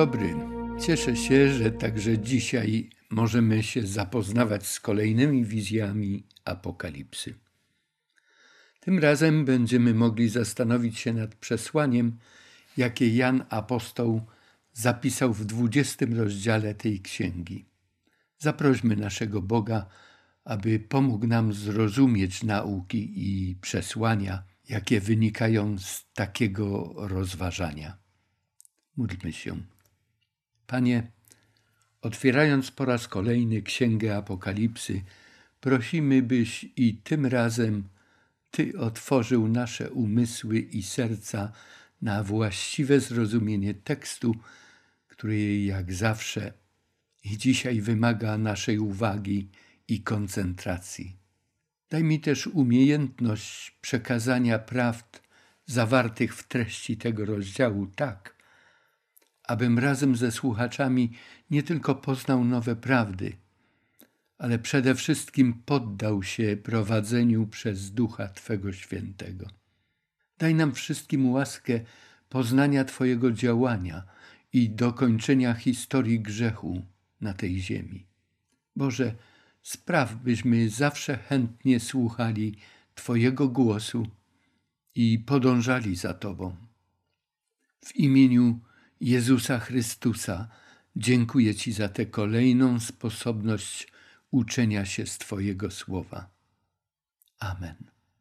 dobry. Cieszę się, że także dzisiaj możemy się zapoznawać z kolejnymi wizjami Apokalipsy. Tym razem będziemy mogli zastanowić się nad przesłaniem, jakie Jan Apostoł zapisał w 20 rozdziale tej księgi. Zaprośmy naszego Boga, aby pomógł nam zrozumieć nauki i przesłania, jakie wynikają z takiego rozważania. Módlmy się. Panie, otwierając po raz kolejny Księgę Apokalipsy, prosimy, byś i tym razem Ty otworzył nasze umysły i serca na właściwe zrozumienie tekstu, który jak zawsze i dzisiaj wymaga naszej uwagi i koncentracji. Daj mi też umiejętność przekazania prawd zawartych w treści tego rozdziału tak, abym razem ze słuchaczami nie tylko poznał nowe prawdy, ale przede wszystkim poddał się prowadzeniu przez Ducha Twego Świętego. Daj nam wszystkim łaskę poznania Twojego działania i dokończenia historii grzechu na tej ziemi. Boże, spraw, byśmy zawsze chętnie słuchali Twojego głosu i podążali za Tobą. W imieniu Jezusa Chrystusa dziękuję Ci za tę kolejną sposobność uczenia się z Twojego słowa. Amen.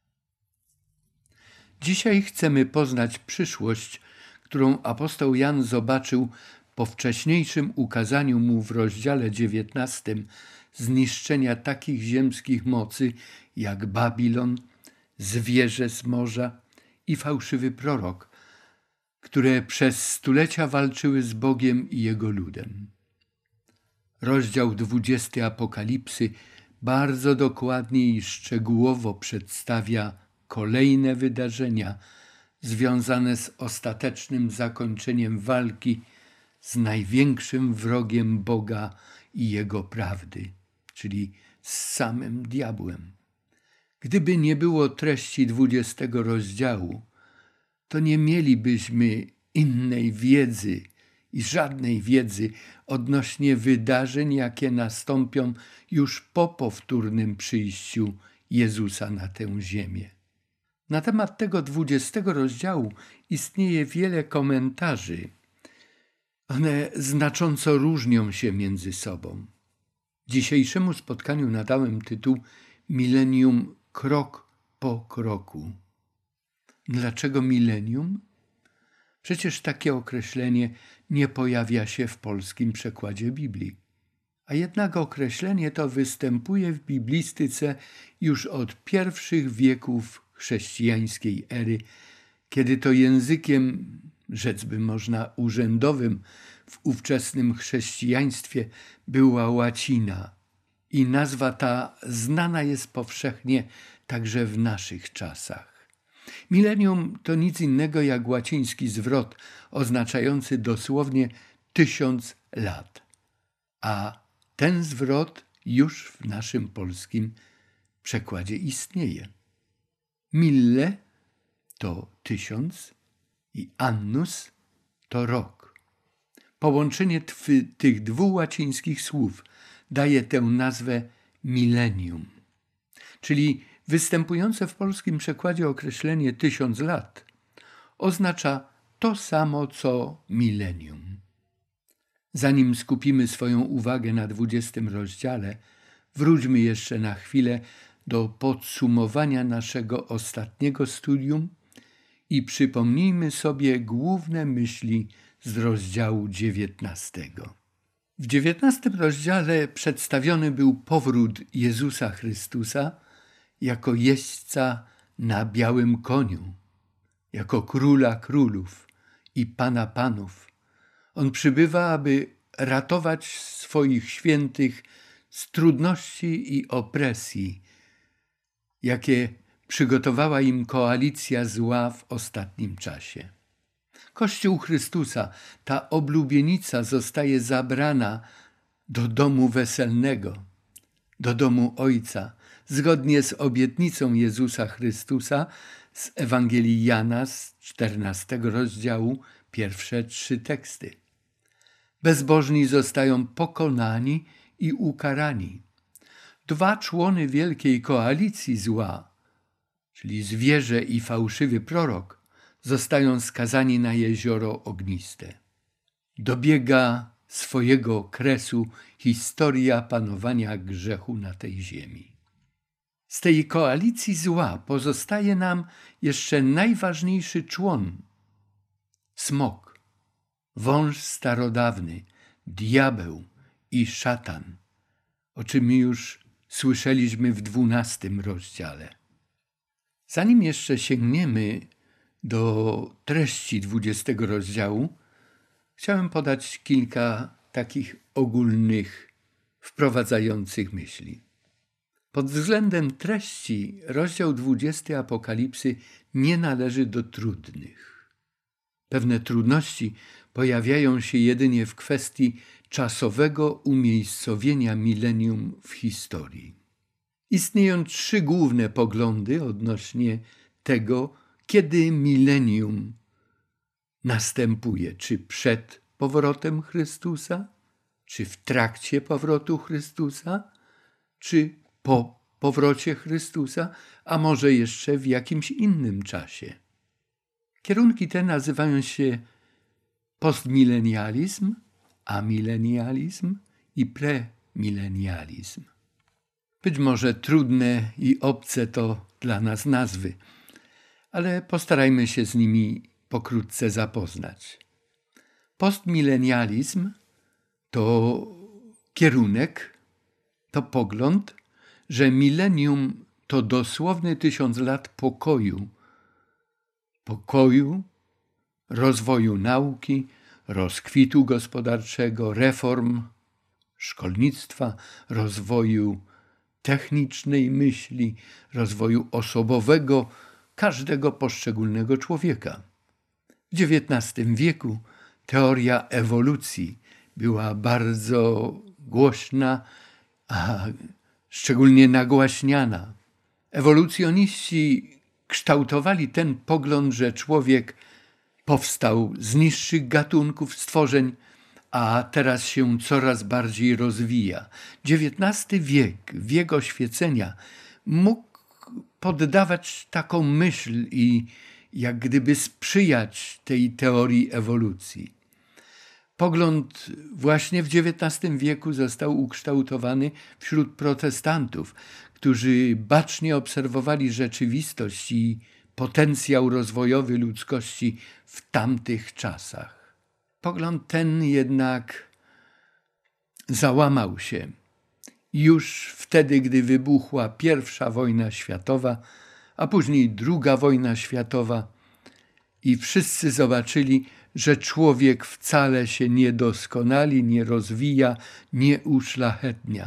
Dzisiaj chcemy poznać przyszłość, którą apostoł Jan zobaczył po wcześniejszym ukazaniu mu w rozdziale 19 zniszczenia takich ziemskich mocy jak Babilon, zwierzę z morza i fałszywy prorok, które przez stulecia walczyły z Bogiem i Jego ludem. Rozdział 20 Apokalipsy bardzo dokładnie i szczegółowo przedstawia kolejne wydarzenia związane z ostatecznym zakończeniem walki z największym wrogiem Boga i Jego prawdy, czyli z samym diabłem. Gdyby nie było treści 20 rozdziału, to nie mielibyśmy innej wiedzy i żadnej wiedzy odnośnie wydarzeń, jakie nastąpią już po powtórnym przyjściu Jezusa na tę ziemię. Na temat tego 20 rozdziału istnieje wiele komentarzy. One znacząco różnią się między sobą. Dzisiejszemu spotkaniu nadałem tytuł Milenium krok po kroku. Dlaczego milenium? Przecież takie określenie nie pojawia się w polskim przekładzie Biblii. A jednak określenie to występuje w biblistyce już od pierwszych wieków chrześcijańskiej ery, kiedy to językiem, rzec by można, urzędowym w ówczesnym chrześcijaństwie była łacina i nazwa ta znana jest powszechnie także w naszych czasach. Milenium to nic innego jak łaciński zwrot oznaczający dosłownie 1000 lat, a ten zwrot już w naszym polskim przekładzie istnieje. Mille to 1000 i annus to rok. Połączenie tych dwóch łacińskich słów daje tę nazwę milenium, czyli występujące w polskim przekładzie określenie 1000 lat oznacza to samo co milenium. Zanim skupimy swoją uwagę na 20 rozdziale, wróćmy jeszcze na chwilę do podsumowania naszego ostatniego studium i przypomnijmy sobie główne myśli z rozdziału 19. W 19 rozdziale przedstawiony był powrót Jezusa Chrystusa jako jeźdźca na białym koniu, jako króla królów i pana panów. On przybywa, aby ratować swoich świętych z trudności i opresji, jakie przygotowała im koalicja zła w ostatnim czasie. Kościół Chrystusa, ta oblubienica, zostaje zabrana do domu weselnego, do domu Ojca, zgodnie z obietnicą Jezusa Chrystusa z Ewangelii Jana z 14 rozdziału, pierwsze 3 teksty. Bezbożni zostają pokonani i ukarani. 2 człony wielkiej koalicji zła, czyli zwierzę i fałszywy prorok, zostają skazani na jezioro ogniste. Dobiega swojego kresu historia panowania grzechu na tej ziemi. Z tej koalicji zła pozostaje nam jeszcze najważniejszy człon – smok, wąż starodawny, diabeł i szatan, o czym już słyszeliśmy w 12 rozdziale. Zanim jeszcze sięgniemy do treści 20 rozdziału, chciałem podać kilka takich ogólnych, wprowadzających myśli. Pod względem treści rozdział 20 Apokalipsy nie należy do trudnych. Pewne trudności pojawiają się jedynie w kwestii czasowego umiejscowienia milenium w historii. Istnieją 3 główne poglądy odnośnie tego, kiedy milenium następuje, czy przed powrotem Chrystusa, czy w trakcie powrotu Chrystusa, czy po powrocie Chrystusa, a może jeszcze w jakimś innym czasie. Kierunki te nazywają się postmilenializm, amilenializm i premilenializm. Być może trudne i obce to dla nas nazwy, ale postarajmy się z nimi pokrótce zapoznać. Postmilenializm to kierunek, to pogląd, że milenium to dosłowny 1000 lat pokoju, rozwoju nauki, rozkwitu gospodarczego, reform, szkolnictwa, rozwoju technicznej myśli, rozwoju osobowego każdego poszczególnego człowieka. W XIX wieku teoria ewolucji była bardzo głośna, a szczególnie nagłaśniana. Ewolucjoniści kształtowali ten pogląd, że człowiek powstał z niższych gatunków stworzeń, a teraz się coraz bardziej rozwija. XIX wiek, wiek oświecenia, mógł poddawać taką myśl i jak gdyby sprzyjać tej teorii ewolucji. Pogląd właśnie w XIX wieku został ukształtowany wśród protestantów, którzy bacznie obserwowali rzeczywistość i potencjał rozwojowy ludzkości w tamtych czasach. Pogląd ten jednak załamał się już wtedy, gdy wybuchła I wojna światowa, a później II wojna światowa i wszyscy zobaczyli, że człowiek wcale się nie doskonali, nie rozwija, nie uszlachetnia.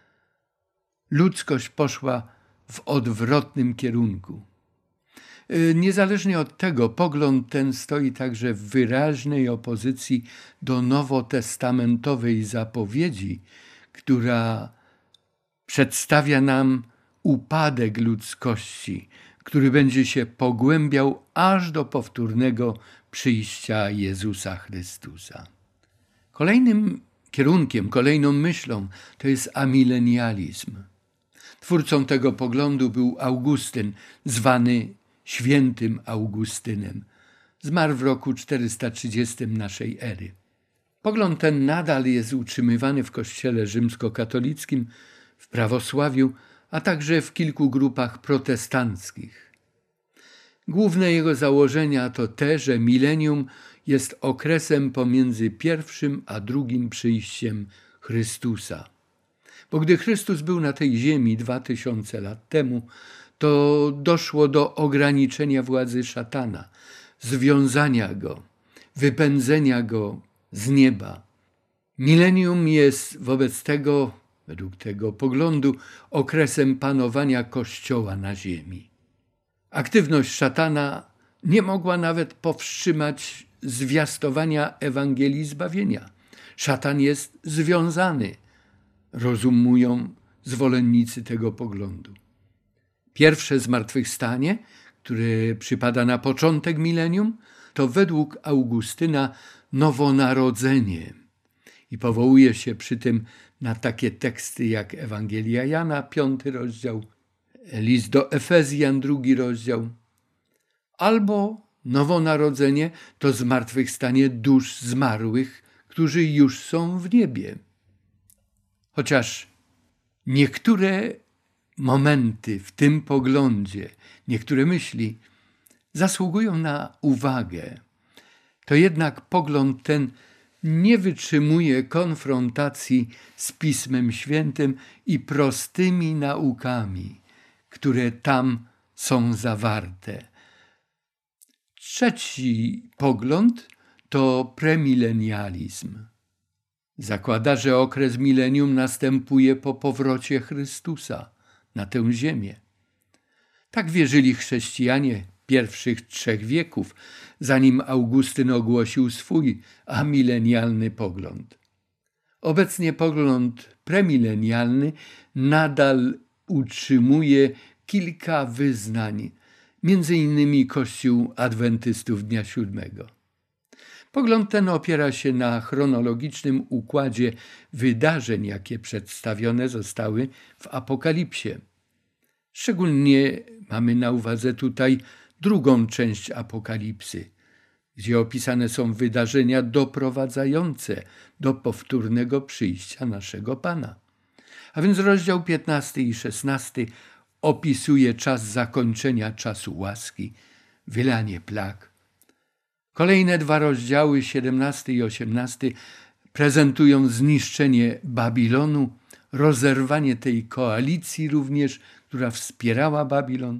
Ludzkość poszła w odwrotnym kierunku. Niezależnie od tego, pogląd ten stoi także w wyraźnej opozycji do nowotestamentowej zapowiedzi, która przedstawia nam upadek ludzkości, który będzie się pogłębiał aż do powtórnego przyjścia Jezusa Chrystusa. Kolejnym kierunkiem, kolejną myślą to jest amilenializm. Twórcą tego poglądu był Augustyn, zwany świętym Augustynem. Zmarł w roku 430 naszej ery. Pogląd ten nadal jest utrzymywany w Kościele rzymskokatolickim, w prawosławiu, a także w kilku grupach protestanckich. Główne jego założenia to te, że milenium jest okresem pomiędzy pierwszym a drugim przyjściem Chrystusa. Bo gdy Chrystus był na tej ziemi 2000 lat temu, to doszło do ograniczenia władzy szatana, związania go, wypędzenia go z nieba. Milenium jest wobec tego, według tego poglądu, okresem panowania Kościoła na ziemi. Aktywność szatana nie mogła nawet powstrzymać zwiastowania Ewangelii zbawienia. Szatan jest związany, rozumują zwolennicy tego poglądu. Pierwsze zmartwychwstanie, które przypada na początek milenium, to według Augustyna nowonarodzenie. I powołuje się przy tym na takie teksty jak Ewangelia Jana, 5 rozdział, list do Efezjan, 2 rozdział, albo nowonarodzenie to zmartwychwstanie dusz zmarłych, którzy już są w niebie. Chociaż niektóre momenty w tym poglądzie, niektóre myśli zasługują na uwagę, to jednak pogląd ten nie wytrzymuje konfrontacji z Pismem Świętym i prostymi naukami, które tam są zawarte. Trzeci pogląd to premilenializm. Zakłada, że okres milenium następuje po powrocie Chrystusa na tę ziemię. Tak wierzyli chrześcijanie pierwszych 3 wieków, zanim Augustyn ogłosił swój amilenialny pogląd. Obecnie pogląd premilenialny nadal utrzymuje kilka wyznań, między innymi Kościół Adwentystów Dnia Siódmego. Pogląd ten opiera się na chronologicznym układzie wydarzeń, jakie przedstawione zostały w Apokalipsie. Szczególnie mamy na uwadze tutaj drugą część Apokalipsy, gdzie opisane są wydarzenia doprowadzające do powtórnego przyjścia naszego Pana. A więc rozdział 15 i 16 opisuje czas zakończenia czasu łaski, wylanie plag. Kolejne 2 rozdziały, 17 i 18, prezentują zniszczenie Babilonu, rozerwanie tej koalicji również, która wspierała Babilon.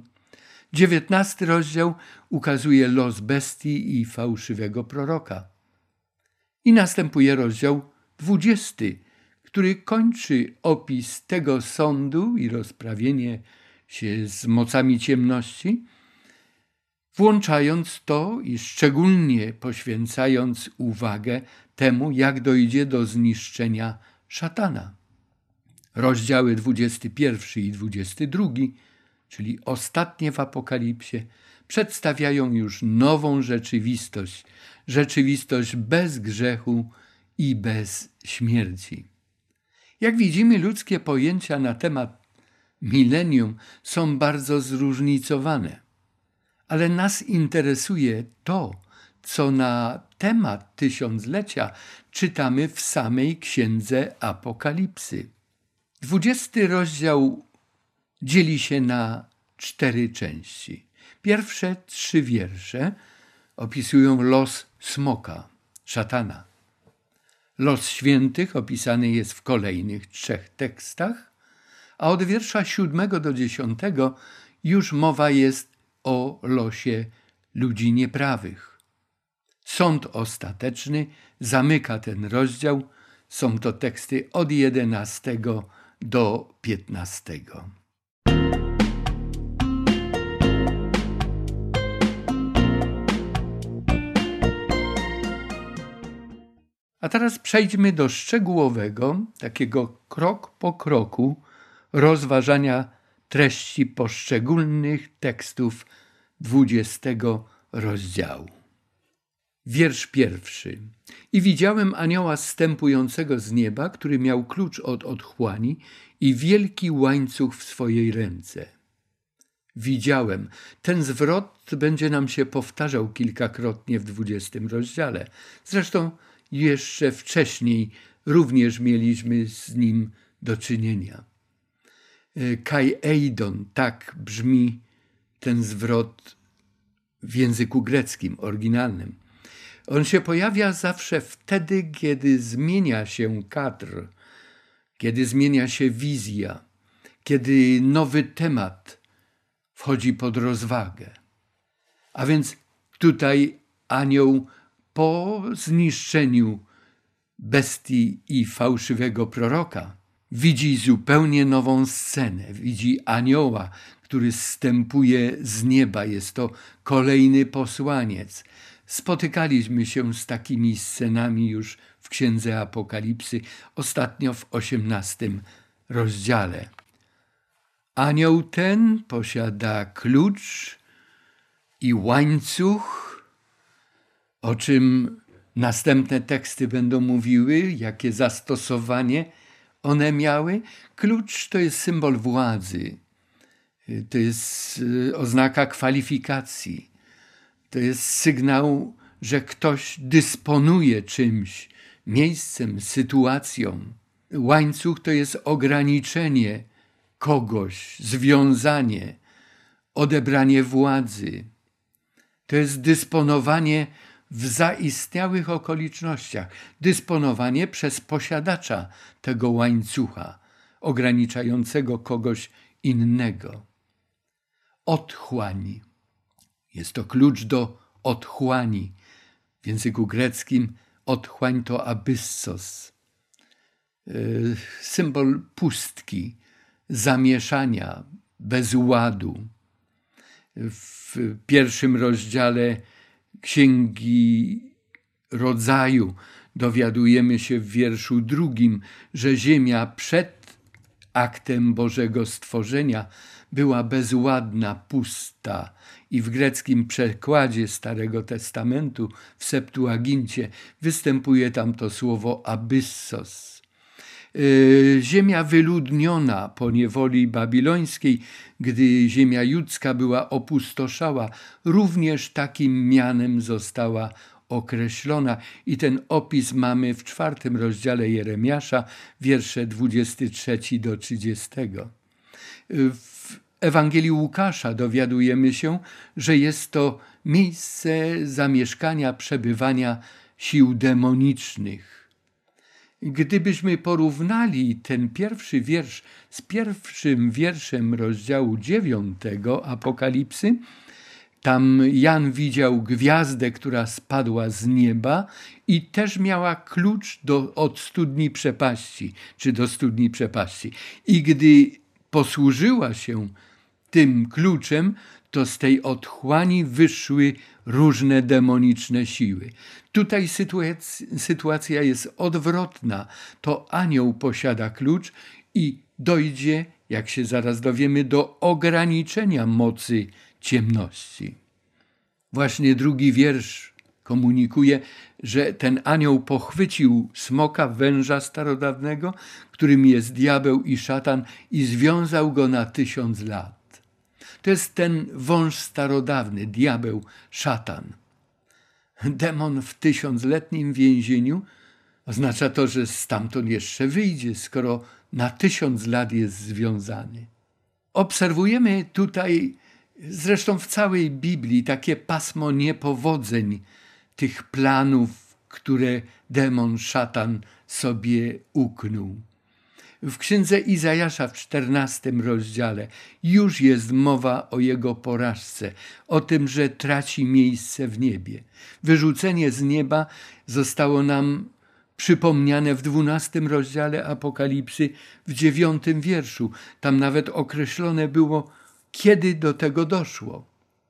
19 rozdział ukazuje los bestii i fałszywego proroka. I następuje rozdział 20, który kończy opis tego sądu i rozprawienie się z mocami ciemności, włączając to i szczególnie poświęcając uwagę temu, jak dojdzie do zniszczenia szatana. Rozdziały 21 i 22, czyli ostatnie w Apokalipsie, przedstawiają już nową rzeczywistość, rzeczywistość bez grzechu i bez śmierci. Jak widzimy, ludzkie pojęcia na temat milenium są bardzo zróżnicowane, ale nas interesuje to, co na temat tysiąclecia czytamy w samej Księdze Apokalipsy. 20 rozdział dzieli się na 4 części. Pierwsze 3 wiersze opisują los smoka, szatana. Los świętych opisany jest w kolejnych 3 tekstach, a od wiersza 7 do 10 już mowa jest o losie ludzi nieprawych. Sąd ostateczny zamyka ten rozdział. Są to teksty od 11 do 15. A teraz przejdźmy do szczegółowego, takiego krok po kroku rozważania treści poszczególnych tekstów 20 rozdziału. Wiersz 1. I widziałem anioła zstępującego z nieba, który miał klucz od otchłani i wielki łańcuch w swojej ręce. Widziałem. Ten zwrot będzie nam się powtarzał kilkakrotnie w 20 rozdziale. Zresztą jeszcze wcześniej również mieliśmy z nim do czynienia. Kai eidon, tak brzmi ten zwrot w języku greckim, oryginalnym. On się pojawia zawsze wtedy, kiedy zmienia się kadr, kiedy zmienia się wizja, kiedy nowy temat wchodzi pod rozwagę. A więc tutaj anioł po zniszczeniu bestii i fałszywego proroka widzi zupełnie nową scenę. Widzi anioła, który zstępuje z nieba. Jest to kolejny posłaniec. Spotykaliśmy się z takimi scenami już w Księdze Apokalipsy, ostatnio w 18 rozdziale. Anioł ten posiada klucz i łańcuch, o czym Następne teksty będą mówiły, jakie zastosowanie one miały. Klucz to jest symbol władzy. To jest oznaka kwalifikacji. To jest sygnał, że ktoś dysponuje czymś, miejscem, sytuacją. Łańcuch to jest ograniczenie kogoś, związanie, odebranie władzy. To jest dysponowanie w zaistniałych okolicznościach, dysponowanie przez posiadacza tego łańcucha, ograniczającego kogoś innego. Otchłań. Jest to klucz do otchłani. W języku greckim otchłań to abyssos. Symbol pustki, zamieszania, bezładu. W pierwszym rozdziale Księgi Rodzaju dowiadujemy się w wierszu 2, że ziemia przed aktem Bożego stworzenia była bezładna, pusta i w greckim przekładzie Starego Testamentu w Septuagincie występuje tam to słowo abyssos. Ziemia wyludniona po niewoli babilońskiej, gdy ziemia judzka była opustoszała, również takim mianem została określona i ten opis mamy w 4 rozdziale Jeremiasza, wiersze 23 do 30. W Ewangelii Łukasza dowiadujemy się, że jest to miejsce zamieszkania, przebywania sił demonicznych. Gdybyśmy porównali ten pierwszy wiersz z pierwszym wierszem rozdziału 9 Apokalipsy, tam Jan widział gwiazdę, która spadła z nieba i też miała klucz od studni przepaści, czy do studni przepaści. I gdy posłużyła się tym kluczem, to z tej otchłani wyszły różne demoniczne siły. Tutaj sytuacja jest odwrotna. To anioł posiada klucz i dojdzie, jak się zaraz dowiemy, do ograniczenia mocy ciemności. Właśnie 2 wiersz komunikuje, że ten anioł pochwycił smoka, węża starodawnego, którym jest diabeł i szatan, i związał go na 1000 lat. To jest ten wąż starodawny, diabeł, szatan. Demon w 1000-letnim więzieniu oznacza to, że stamtąd jeszcze wyjdzie, skoro na 1000 lat jest związany. Obserwujemy tutaj, zresztą w całej Biblii, takie pasmo niepowodzeń, tych planów, które demon, szatan sobie uknął. W księdze Izajasza w 14 rozdziale już jest mowa o jego porażce, o tym, że traci miejsce w niebie. Wyrzucenie z nieba zostało nam przypomniane w 12 rozdziale Apokalipsy w 9 wierszu. Tam nawet określone było, kiedy do tego doszło.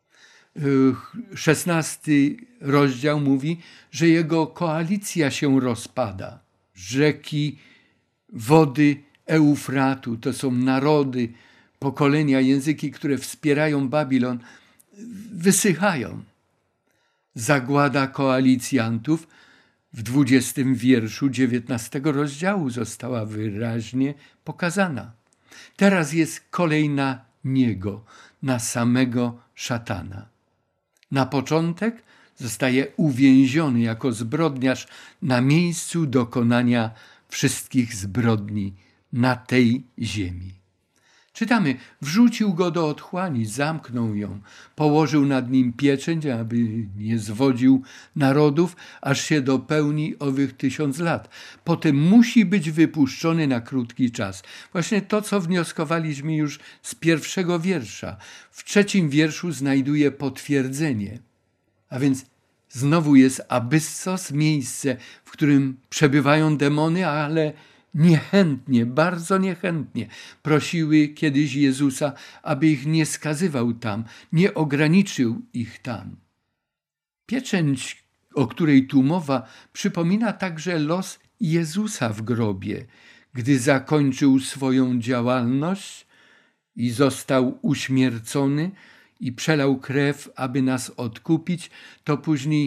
16 rozdział mówi, że jego koalicja się rozpada. Rzeki, wody Eufratu, to są narody, pokolenia, języki, które wspierają Babilon, wysychają. Zagłada koalicjantów w 20 wierszu 19 rozdziału została wyraźnie pokazana. Teraz jest kolej na niego, na samego szatana. Na początek zostaje uwięziony jako zbrodniarz na miejscu dokonania wszystkich zbrodni na tej ziemi. Czytamy, wrzucił go do otchłani, zamknął ją, położył nad nim pieczęć, aby nie zwodził narodów, aż się dopełni owych 1000 lat. Potem musi być wypuszczony na krótki czas. Właśnie to, co wnioskowaliśmy już z 1 wiersza. W 3 wierszu znajduje potwierdzenie. A więc znowu jest abyssos, miejsce, w którym przebywają demony, ale niechętnie, bardzo niechętnie prosiły kiedyś Jezusa, aby ich nie skazywał tam, nie ograniczył ich tam. Pieczęć, o której tu mowa, przypomina także los Jezusa w grobie, gdy zakończył swoją działalność i został uśmiercony i przelał krew, aby nas odkupić, to później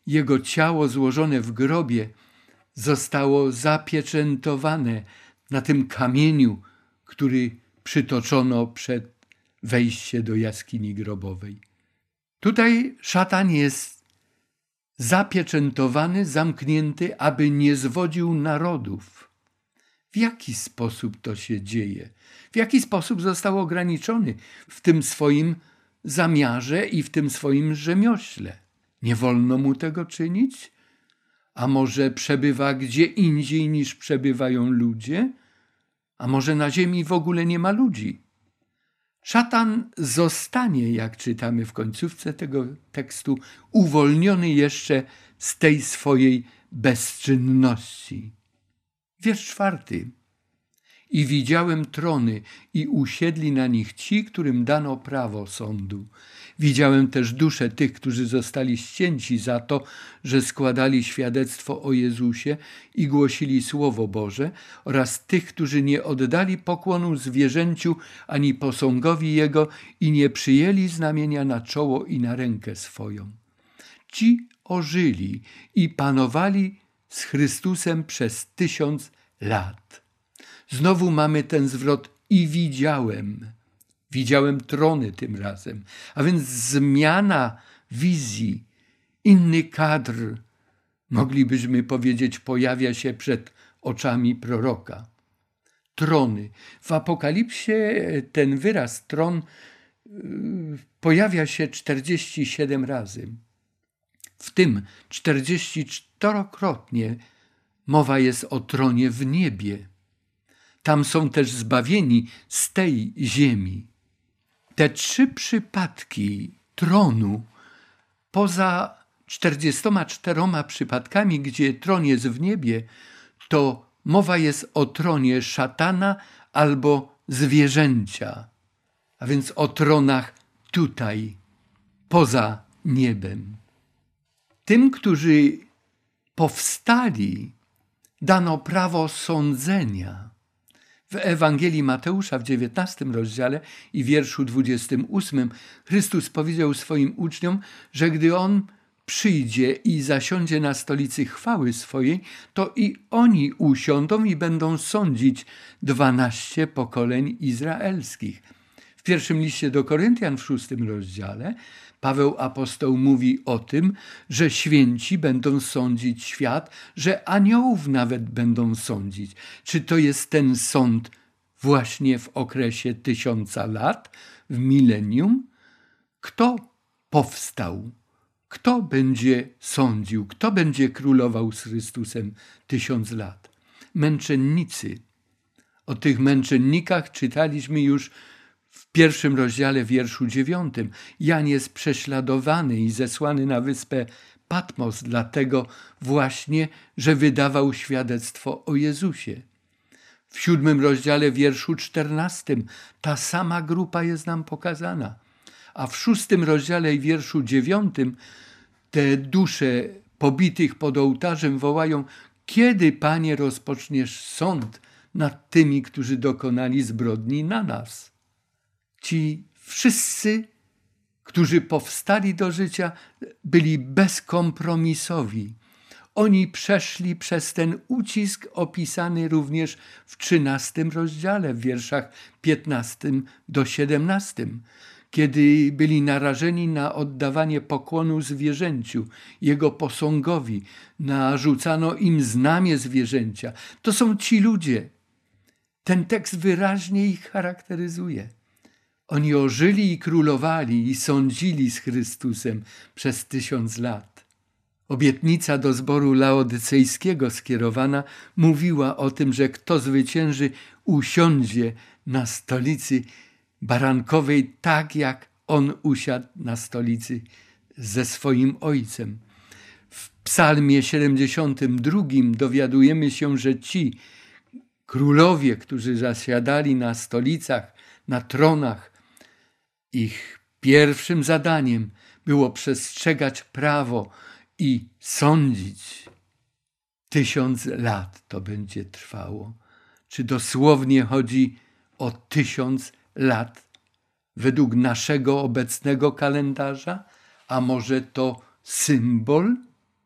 jego ciało złożone w grobie zostało zapieczętowane na tym kamieniu, który przytoczono przed wejściem do jaskini grobowej. Tutaj szatan jest zapieczętowany, zamknięty, aby nie zwodził narodów. W jaki sposób to się dzieje? W jaki sposób został ograniczony w tym swoim zamiarze i w tym swoim rzemiośle? Nie wolno mu tego czynić? A może przebywa gdzie indziej niż przebywają ludzie? A może na ziemi w ogóle nie ma ludzi? Szatan zostanie, jak czytamy w końcówce tego tekstu, uwolniony jeszcze z tej swojej bezczynności. Wiersz 4. I widziałem trony i usiedli na nich ci, którym dano prawo sądu. Widziałem też dusze tych, którzy zostali ścięci za to, że składali świadectwo o Jezusie i głosili Słowo Boże, oraz tych, którzy nie oddali pokłonu zwierzęciu ani posągowi Jego i nie przyjęli znamienia na czoło i na rękę swoją. Ci ożyli i panowali z Chrystusem przez 1000 lat. Znowu mamy ten zwrot i widziałem. Widziałem trony tym razem. A więc zmiana wizji, inny kadr, moglibyśmy powiedzieć, pojawia się przed oczami proroka. Trony. W Apokalipsie ten wyraz tron pojawia się 47 razy. W tym 44-krotnie mowa jest o tronie w niebie. Tam są też zbawieni z tej ziemi. Te 3 przypadki tronu, poza 44 przypadkami, gdzie tron jest w niebie, to mowa jest o tronie szatana albo zwierzęcia, a więc o tronach tutaj, poza niebem. Tym, którzy powstali, dano prawo sądzenia. W Ewangelii Mateusza w 19 rozdziale i wierszu 28 Chrystus powiedział swoim uczniom, że gdy On przyjdzie i zasiądzie na stolicy chwały swojej, to i oni usiądą i będą sądzić 12 pokoleń izraelskich. W pierwszym liście do Koryntian w 6 rozdziale Paweł apostoł mówi o tym, że święci będą sądzić świat, że aniołów nawet będą sądzić. Czy to jest ten sąd właśnie w okresie 1000 lat, w milenium? Kto powstał? Kto będzie sądził? Kto będzie królował z Chrystusem 1000 lat? Męczennicy. O tych męczennikach czytaliśmy już w 1 rozdziale wierszu 9. Jan jest prześladowany i zesłany na wyspę Patmos, dlatego właśnie, że wydawał świadectwo o Jezusie. W 7 rozdziale wierszu 14 ta sama grupa jest nam pokazana. A w 6 rozdziale i wierszu 9 te dusze pobitych pod ołtarzem wołają: kiedy, Panie, rozpoczniesz sąd nad tymi, którzy dokonali zbrodni na nas? Ci wszyscy, którzy powstali do życia, byli bezkompromisowi. Oni przeszli przez ten ucisk opisany również w 13 rozdziale, w wierszach 15 do 17, kiedy byli narażeni na oddawanie pokłonu zwierzęciu, jego posągowi, narzucano im znamię zwierzęcia. To są ci ludzie. Ten tekst wyraźnie ich charakteryzuje. Oni ożyli i królowali i sądzili z Chrystusem przez 1000 lat. Obietnica do zboru laodycejskiego skierowana mówiła o tym, że kto zwycięży, usiądzie na stolicy barankowej tak, jak on usiadł na stolicy ze swoim ojcem. W psalmie 72 dowiadujemy się, że ci królowie, którzy zasiadali na stolicach, na tronach, ich pierwszym zadaniem było przestrzegać prawo i sądzić. 1000 lat to będzie trwało. Czy dosłownie chodzi o 1000 lat według naszego obecnego kalendarza? A może to symbol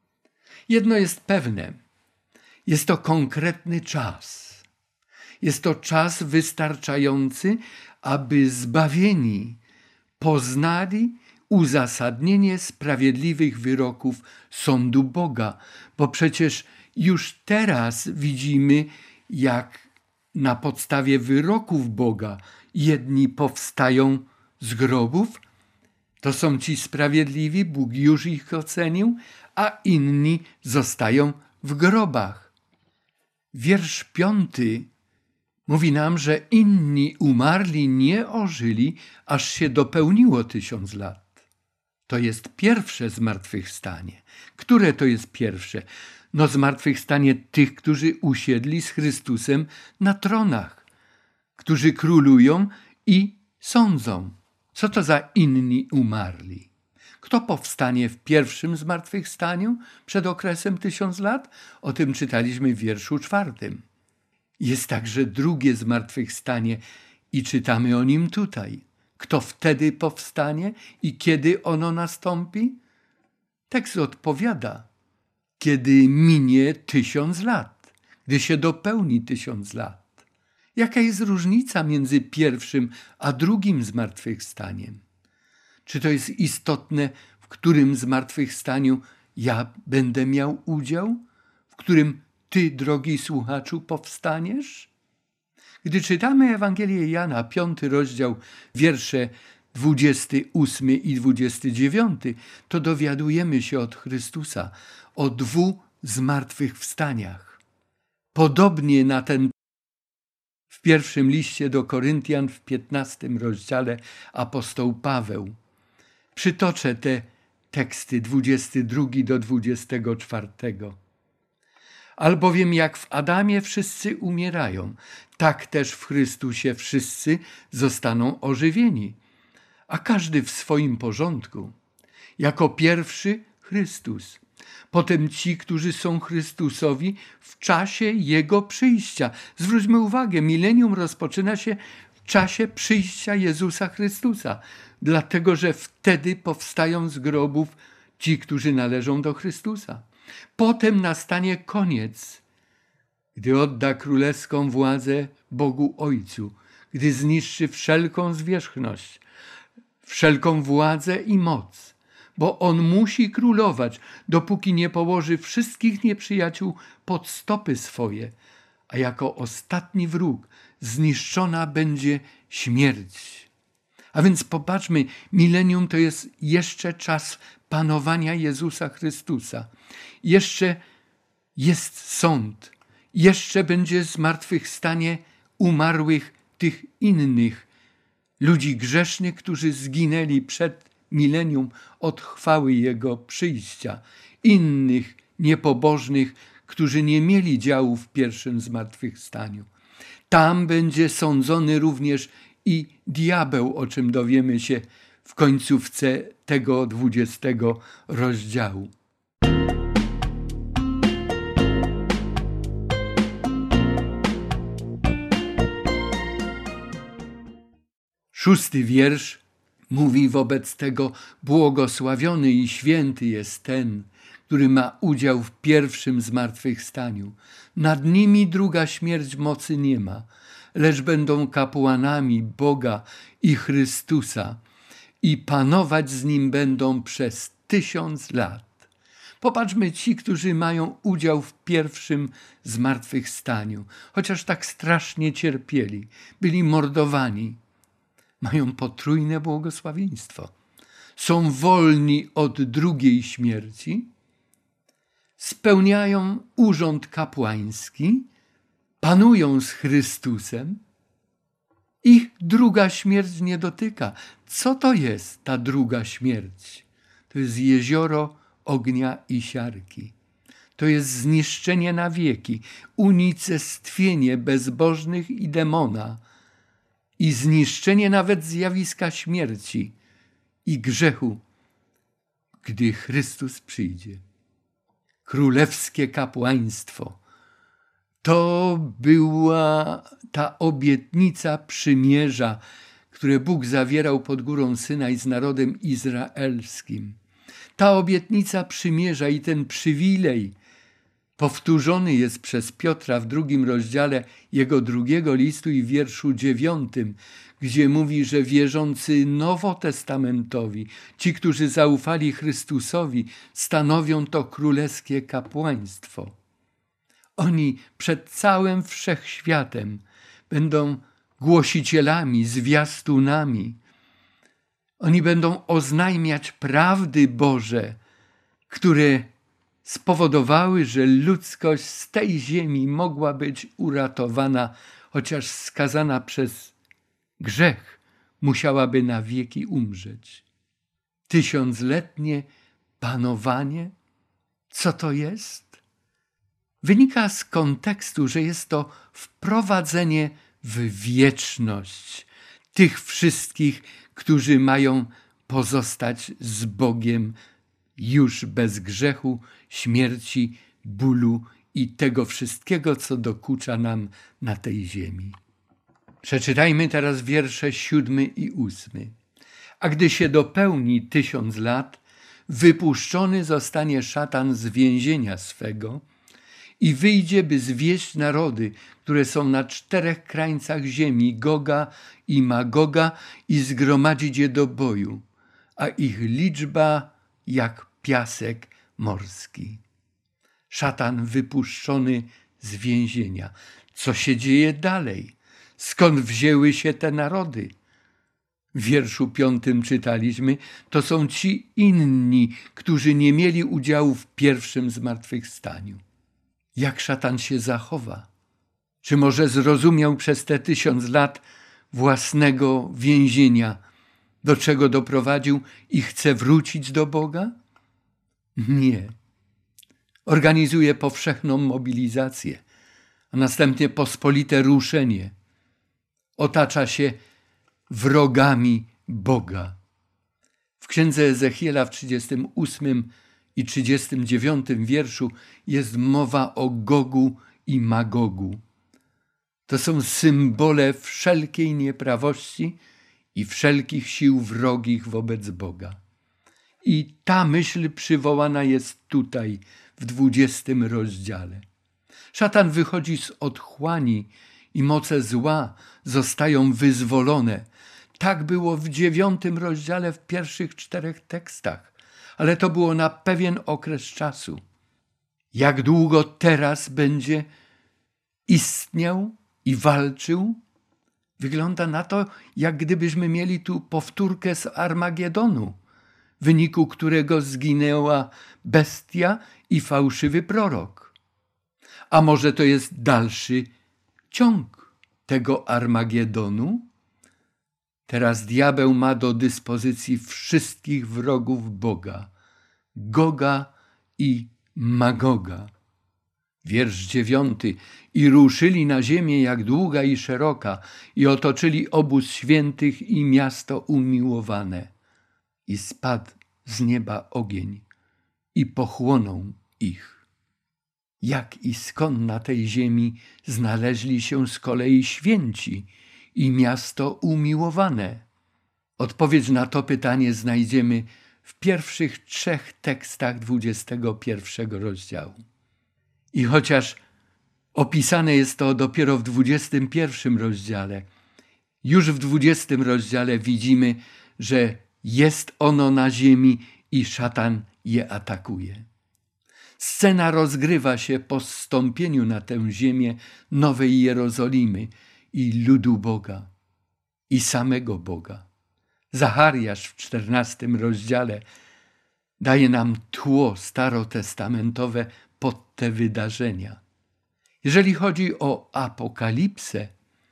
Jedno jest pewne. Jest to konkretny czas. Jest to czas wystarczający, aby zbawieni poznali uzasadnienie sprawiedliwych wyroków sądu Boga, bo przecież już teraz widzimy, jak na podstawie wyroków Boga jedni powstają z grobów, to są ci sprawiedliwi, Bóg już ich ocenił, a inni zostają w grobach. Wiersz 5 mówi nam, że inni umarli nie ożyli, aż się dopełniło 1000 lat. To jest pierwsze zmartwychwstanie. Które to jest pierwsze? No zmartwychwstanie tych, którzy usiedli z Chrystusem na tronach, którzy królują i sądzą. Co to za inni umarli? Kto powstanie w pierwszym zmartwychwstaniu przed okresem 1000 lat? O tym czytaliśmy w wierszu 4. Jest także drugie zmartwychwstanie i czytamy o nim tutaj. Kto wtedy powstanie i kiedy ono nastąpi? Tekst odpowiada, kiedy minie 1000 lat, gdy się dopełni 1000 lat. Jaka jest różnica między pierwszym a drugim zmartwychwstaniem? Czy to jest istotne, w którym zmartwychwstaniu ja będę miał udział? W którym ty, drogi słuchaczu, powstaniesz? Gdy czytamy Ewangelię Jana, 5 rozdział, wiersze 28 i 29, to dowiadujemy się od Chrystusa o 2 zmartwychwstaniach. Podobnie na ten w pierwszym liście do Koryntian w 15 rozdziale apostoł Paweł. Przytoczę te teksty 22 do 24. Albowiem jak w Adamie wszyscy umierają, tak też w Chrystusie wszyscy zostaną ożywieni, a każdy w swoim porządku. Jako pierwszy Chrystus, potem ci, którzy są Chrystusowi w czasie Jego przyjścia. Zwróćmy uwagę, milenium rozpoczyna się w czasie przyjścia Jezusa Chrystusa, dlatego że wtedy powstają z grobów ci, którzy należą do Chrystusa. Potem nastanie koniec, gdy odda królewską władzę Bogu Ojcu, gdy zniszczy wszelką zwierzchność, wszelką władzę i moc, bo On musi królować, dopóki nie położy wszystkich nieprzyjaciół pod stopy swoje, a jako ostatni wróg zniszczona będzie śmierć. A więc popatrzmy, milenium to jest jeszcze czas panowania Jezusa Chrystusa. Jeszcze jest sąd. Jeszcze będzie zmartwychwstanie umarłych tych innych ludzi grzesznych, którzy zginęli przed milenium od chwały Jego przyjścia. Innych niepobożnych, którzy nie mieli działu w pierwszym zmartwychwstaniu. Tam będzie sądzony również i diabeł, o czym dowiemy się w końcówce tego 20 rozdziału. 6 wiersz mówi wobec tego: błogosławiony i święty jest ten, który ma udział w pierwszym zmartwychwstaniu. Nad nimi druga śmierć mocy nie ma, lecz będą kapłanami Boga i Chrystusa i panować z Nim będą przez 1000 lat. Popatrzmy, ci, którzy mają udział w pierwszym zmartwychwstaniu, chociaż tak strasznie cierpieli, byli mordowani, mają potrójne błogosławieństwo. Są wolni od drugiej śmierci, spełniają urząd kapłański, panują z Chrystusem. Ich druga śmierć nie dotyka. Co to jest ta druga śmierć? To jest jezioro ognia i siarki. To jest zniszczenie na wieki, unicestwienie bezbożnych i demona i zniszczenie nawet zjawiska śmierci i grzechu, gdy Chrystus przyjdzie. Królewskie kapłaństwo. To była ta obietnica przymierza, które Bóg zawierał pod górą Synaj z narodem izraelskim. Ta obietnica przymierza i ten przywilej powtórzony jest przez Piotra w 2 rozdziale jego 2 listu i w wierszu 9, gdzie mówi, że wierzący nowotestamentowi, ci, którzy zaufali Chrystusowi, stanowią to królewskie kapłaństwo. Oni przed całym wszechświatem będą głosicielami, zwiastunami. Oni będą oznajmiać prawdy Boże, które spowodowały, że ludzkość z tej ziemi mogła być uratowana, chociaż skazana przez grzech musiałaby na wieki umrzeć. 1000-letnie panowanie? Co to jest? Wynika z kontekstu, że jest to wprowadzenie w wieczność tych wszystkich, którzy mają pozostać z Bogiem już bez grzechu, śmierci, bólu i tego wszystkiego, co dokucza nam na tej ziemi. Przeczytajmy teraz wiersze 7 i 8. A gdy się dopełni 1000 lat, wypuszczony zostanie szatan z więzienia swego i wyjdzie, by zwieść narody, które są na 4 krańcach ziemi, Goga i Magoga, i zgromadzić je do boju, a ich liczba jak piasek morski. Szatan wypuszczony z więzienia. Co się dzieje dalej? Skąd wzięły się te narody? W wierszu 5 czytaliśmy, to są ci inni, którzy nie mieli udziału w pierwszym zmartwychwstaniu. Jak szatan się zachowa? Czy może zrozumiał przez te 1000 lat własnego więzienia, do czego doprowadził i chce wrócić do Boga? Nie. Organizuje powszechną mobilizację, a następnie pospolite ruszenie. Otacza się wrogami Boga. W księdze Ezechiela w 38 i 39 wierszu jest mowa o Gogu i Magogu. To są symbole wszelkiej nieprawości i wszelkich sił wrogich wobec Boga. I ta myśl przywołana jest tutaj w 20 rozdziale. Szatan wychodzi z otchłani i moce zła zostają wyzwolone. Tak było w 9 rozdziale w pierwszych 4 tekstach, ale to było na pewien okres czasu. Jak długo teraz będzie istniał i walczył? Wygląda na to, jak gdybyśmy mieli tu powtórkę z Armagedonu, w wyniku którego zginęła bestia i fałszywy prorok. A może to jest dalszy ciąg tego Armagedonu? Teraz diabeł ma do dyspozycji wszystkich wrogów Boga, Goga i Magoga. Wiersz 9. I ruszyli na ziemię jak długa i szeroka i otoczyli obóz świętych i miasto umiłowane. I spadł z nieba ogień i pochłonął ich. Jak i skąd na tej ziemi znaleźli się z kolei święci i miasto umiłowane? Odpowiedź na to pytanie znajdziemy w pierwszych 3 tekstach 21 rozdziału. I chociaż opisane jest to dopiero w 21 rozdziale, już w 20 rozdziale widzimy, że jest ono na ziemi i szatan je atakuje. Scena rozgrywa się po zstąpieniu na tę ziemię Nowej Jerozolimy i ludu Boga i samego Boga. Zachariasz w 14 rozdziale daje nam tło starotestamentowe pod te wydarzenia. Jeżeli chodzi o Apokalipsę,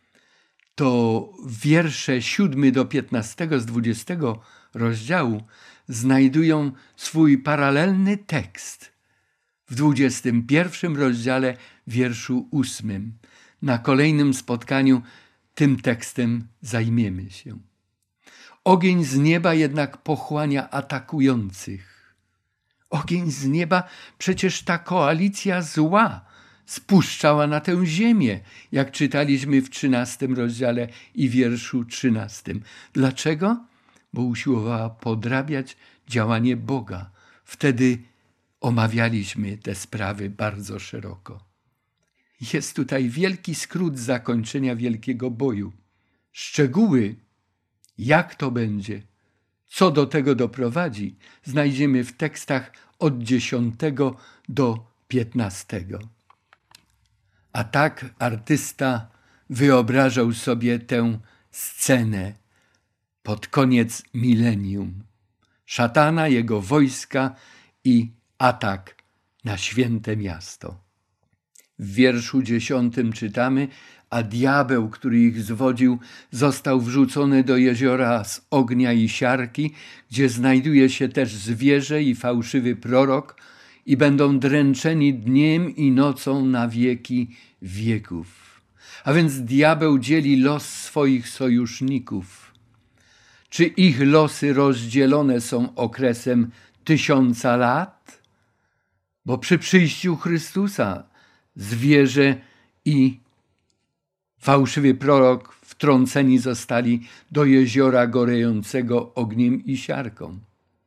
to wiersze 7 do 15 z 20 rozdziału znajdują swój paralelny tekst w 21 rozdziale wierszu 8. Na kolejnym spotkaniu tym tekstem zajmiemy się. Ogień z nieba jednak pochłania atakujących. Ogień z nieba, przecież ta koalicja zła spuszczała na tę ziemię, jak czytaliśmy w 13 rozdziale i wierszu 13. Dlaczego? Bo usiłowała podrabiać działanie Boga. Wtedy omawialiśmy te sprawy bardzo szeroko. Jest tutaj wielki skrót zakończenia wielkiego boju. Szczegóły, jak to będzie, co do tego doprowadzi, znajdziemy w tekstach od 10 do 15. A tak artysta wyobrażał sobie tę scenę pod koniec milenium. Szatana, jego wojska i atak na święte miasto. W wierszu 10 czytamy: a diabeł, który ich zwodził, został wrzucony do jeziora z ognia i siarki, gdzie znajduje się też zwierzę i fałszywy prorok, i będą dręczeni dniem i nocą na wieki wieków. A więc diabeł dzieli los swoich sojuszników. Czy ich losy rozdzielone są okresem 1000 lat? Bo przy przyjściu Chrystusa zwierzę i fałszywy prorok wtrąceni zostali do jeziora gorejącego ogniem i siarką.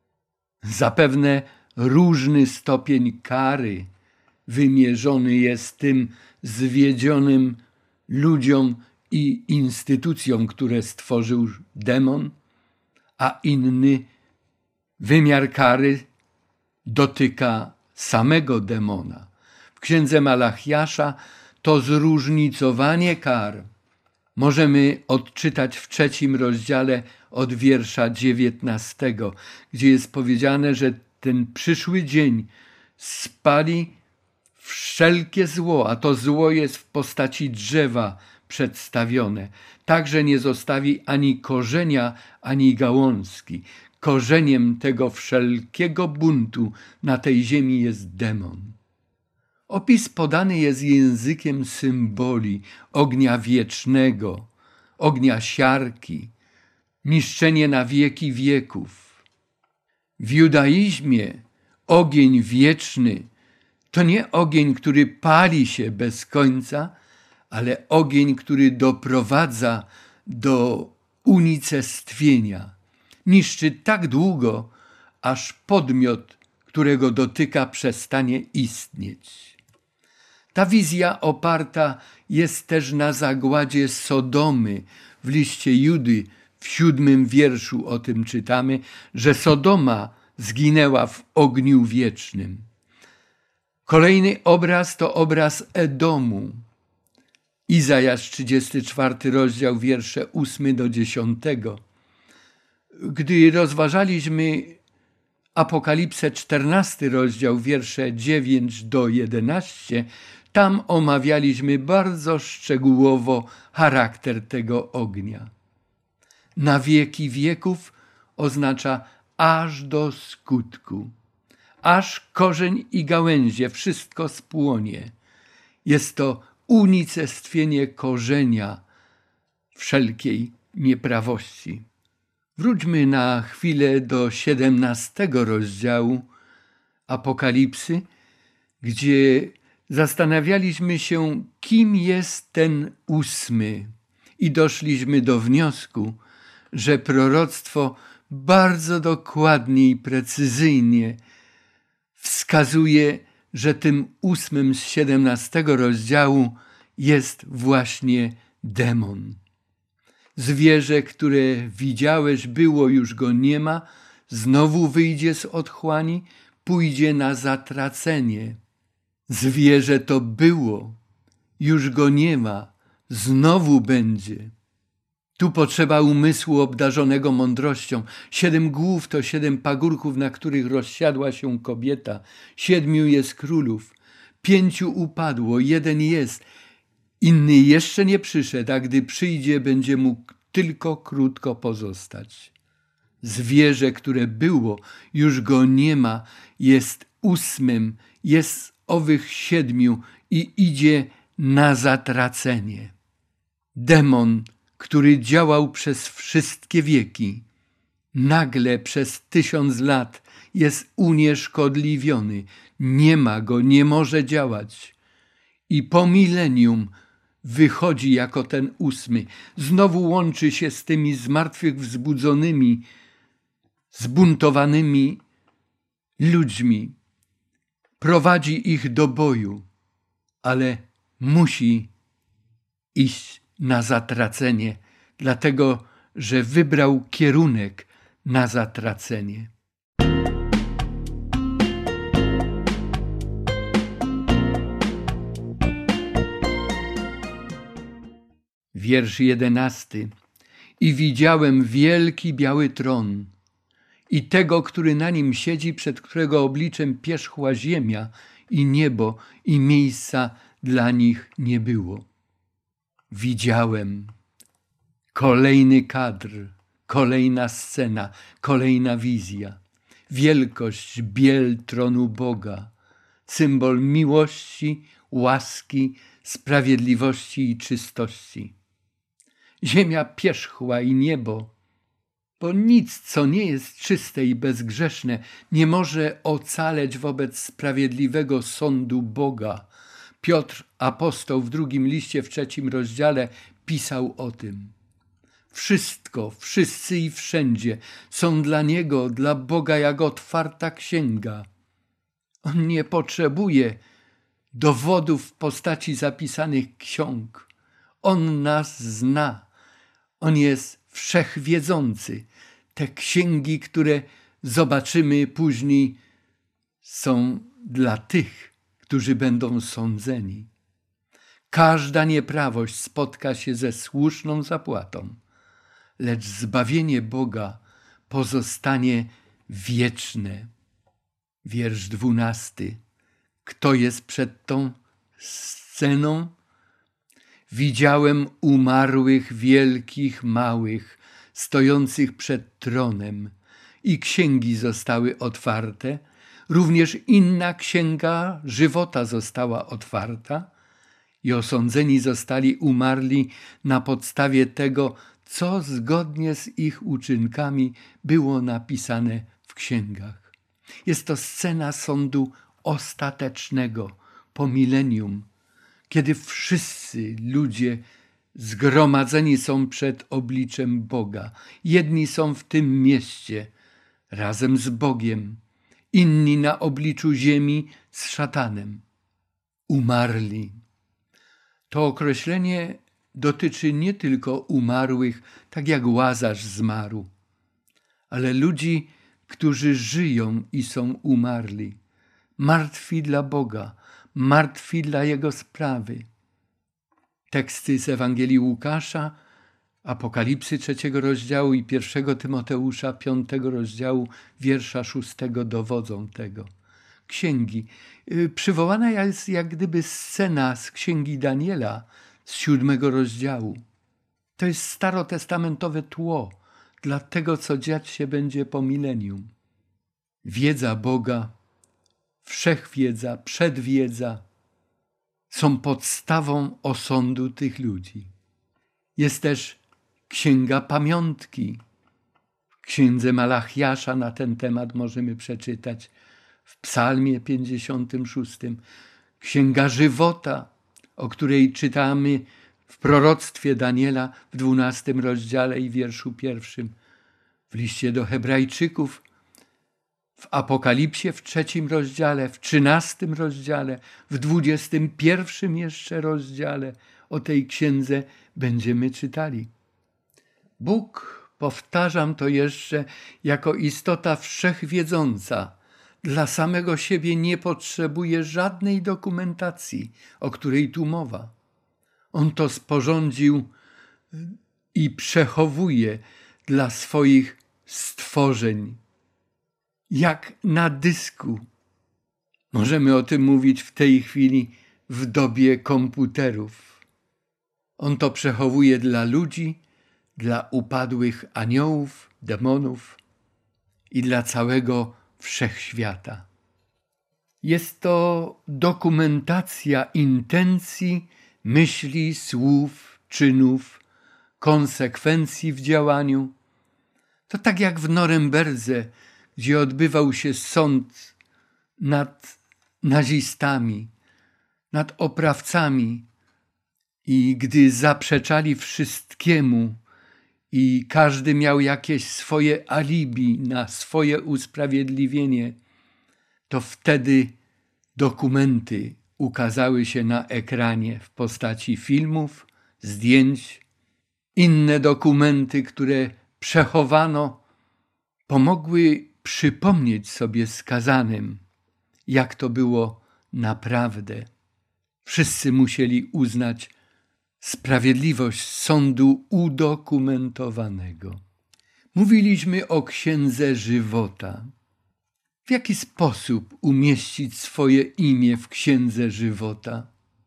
Zapewne różny stopień kary wymierzony jest tym zwiedzionym ludziom i instytucjom, które stworzył demon, a inny wymiar kary dotyka samego demona. W księdze Malachiasza to zróżnicowanie kar możemy odczytać w 3 rozdziale od wiersza 19, gdzie jest powiedziane, że ten przyszły dzień spali wszelkie zło, a to zło jest w postaci drzewa przedstawione. Także nie zostawi ani korzenia, ani gałązki. Korzeniem tego wszelkiego buntu na tej ziemi jest demon. Opis podany jest językiem symboli ognia wiecznego, ognia siarki, niszczenie na wieki wieków. W judaizmie ogień wieczny to nie ogień, który pali się bez końca, ale ogień, który doprowadza do unicestwienia. Niszczy tak długo, aż podmiot, którego dotyka, przestanie istnieć. Ta wizja oparta jest też na zagładzie Sodomy. W liście Judy w 7 wierszu o tym czytamy, że Sodoma zginęła w ogniu wiecznym. Kolejny obraz to obraz Edomu. Izajasz 34 rozdział, wiersze 8 do 10. Gdy rozważaliśmy Apokalipsę 14 rozdział, wiersze 9 do 11, tam omawialiśmy bardzo szczegółowo charakter tego ognia. Na wieki wieków oznacza aż do skutku. Aż korzeń i gałęzie, wszystko spłonie. Jest to unicestwienie korzenia wszelkiej nieprawości. Wróćmy na chwilę do 17 rozdziału Apokalipsy, gdzie zastanawialiśmy się, kim jest ten 8. I doszliśmy do wniosku, że proroctwo bardzo dokładnie i precyzyjnie wskazuje, że tym 8 z 17 rozdziału jest właśnie demon. Zwierzę, które widziałeś, było, już go nie ma, znowu wyjdzie z otchłani, pójdzie na zatracenie. Zwierzę to było, już go nie ma, znowu będzie. Tu potrzeba umysłu obdarzonego mądrością. 7 głów to 7 pagórków, na których rozsiadła się kobieta. 7 jest królów. 5 upadło, 1 jest. Inny jeszcze nie przyszedł, a gdy przyjdzie, będzie mógł tylko krótko pozostać. Zwierzę, które było, już go nie ma, jest 8, jest z owych 7 i idzie na zatracenie. Demon, który działał przez wszystkie wieki, nagle przez 1000 lat jest unieszkodliwiony. Nie ma go, nie może działać. I po milenium wychodzi jako ten 8. Znowu łączy się z tymi zmartwychwzbudzonymi, zbuntowanymi ludźmi. prowadzi ich do boju, ale musi iść na zatracenie, dlatego że wybrał kierunek na zatracenie. Wiersz 11. I widziałem wielki biały tron i tego, który na nim siedzi, przed którego obliczem pierzchła ziemia i niebo i miejsca dla nich nie było. Widziałem. Kolejny kadr, kolejna scena, kolejna wizja. Wielkość, biel tronu Boga, symbol miłości, łaski, sprawiedliwości i czystości. Ziemia pierzchła i niebo, bo nic, co nie jest czyste i bezgrzeszne, nie może ocaleć wobec sprawiedliwego sądu Boga. Piotr, apostoł, w 2 liście, w 3 rozdziale pisał o tym. Wszystko, wszyscy i wszędzie są dla Niego, dla Boga, jak otwarta księga. On nie potrzebuje dowodów w postaci zapisanych ksiąg. On nas zna. On jest wszechwiedzący. Te księgi, które zobaczymy później, są dla tych, którzy będą sądzeni. Każda nieprawość spotka się ze słuszną zapłatą, lecz zbawienie Boga pozostanie wieczne. Wiersz 12. Kto jest przed tą sceną? Widziałem umarłych, wielkich, małych, stojących przed tronem i księgi zostały otwarte. Również inna księga żywota została otwarta i osądzeni zostali umarli na podstawie tego, co zgodnie z ich uczynkami było napisane w księgach. Jest to scena sądu ostatecznego po milenium, kiedy wszyscy ludzie zgromadzeni są przed obliczem Boga. Jedni są w tym mieście razem z Bogiem, inni na obliczu ziemi z szatanem. Umarli. To określenie dotyczy nie tylko umarłych, tak jak Łazarz zmarł, ale ludzi, którzy żyją i są umarli, martwi dla Boga, martwi dla Jego sprawy. Teksty z Ewangelii Łukasza, Apokalipsy 3 rozdziału i 1 Tymoteusza 5 rozdziału, wiersza 6 dowodzą tego. Księgi. Przywołana jest jak gdyby scena z Księgi Daniela z 7 rozdziału. To jest starotestamentowe tło dla tego, co dziać się będzie po milenium. Wiedza Boga, wszechwiedza, przedwiedza są podstawą osądu tych ludzi. Jest też Księga Pamiątki. W Księdze Malachiasza na ten temat możemy przeczytać, w Psalmie 56. Księga Żywota, o której czytamy w proroctwie Daniela w 12 rozdziale i wierszu 1. W liście do Hebrajczyków, w Apokalipsie w 3 rozdziale, w 13 rozdziale, w 21 jeszcze rozdziale o tej księdze będziemy czytali. Bóg, powtarzam to jeszcze, jako istota wszechwiedząca, dla samego siebie nie potrzebuje żadnej dokumentacji, o której tu mowa. On to sporządził i przechowuje dla swoich stworzeń, jak na dysku. Możemy o tym mówić w tej chwili w dobie komputerów. On to przechowuje dla ludzi, dla upadłych aniołów, demonów i dla całego wszechświata. Jest to dokumentacja intencji, myśli, słów, czynów, konsekwencji w działaniu. To tak jak w Norymberdze, gdzie odbywał się sąd nad nazistami, nad oprawcami i gdy zaprzeczali wszystkiemu i każdy miał jakieś swoje alibi na swoje usprawiedliwienie, to wtedy dokumenty ukazały się na ekranie w postaci filmów, zdjęć. Inne dokumenty, które przechowano, pomogły przypomnieć sobie skazanym, jak to było naprawdę. Wszyscy musieli uznać sprawiedliwość sądu udokumentowanego. Mówiliśmy o Księdze Żywota. W jaki sposób umieścić swoje imię w Księdze Żywota?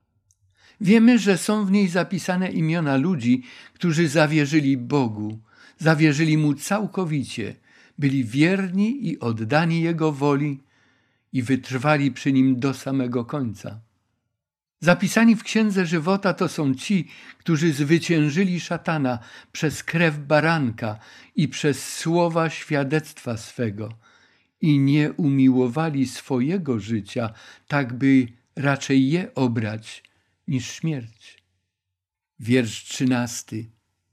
Wiemy, że są w niej zapisane imiona ludzi, którzy zawierzyli Bogu, zawierzyli Mu całkowicie, byli wierni i oddani Jego woli i wytrwali przy Nim do samego końca. Zapisani w Księdze Żywota to są ci, którzy zwyciężyli szatana przez krew baranka i przez słowa świadectwa swego i nie umiłowali swojego życia, tak by raczej je obrać niż śmierć. Wiersz 13.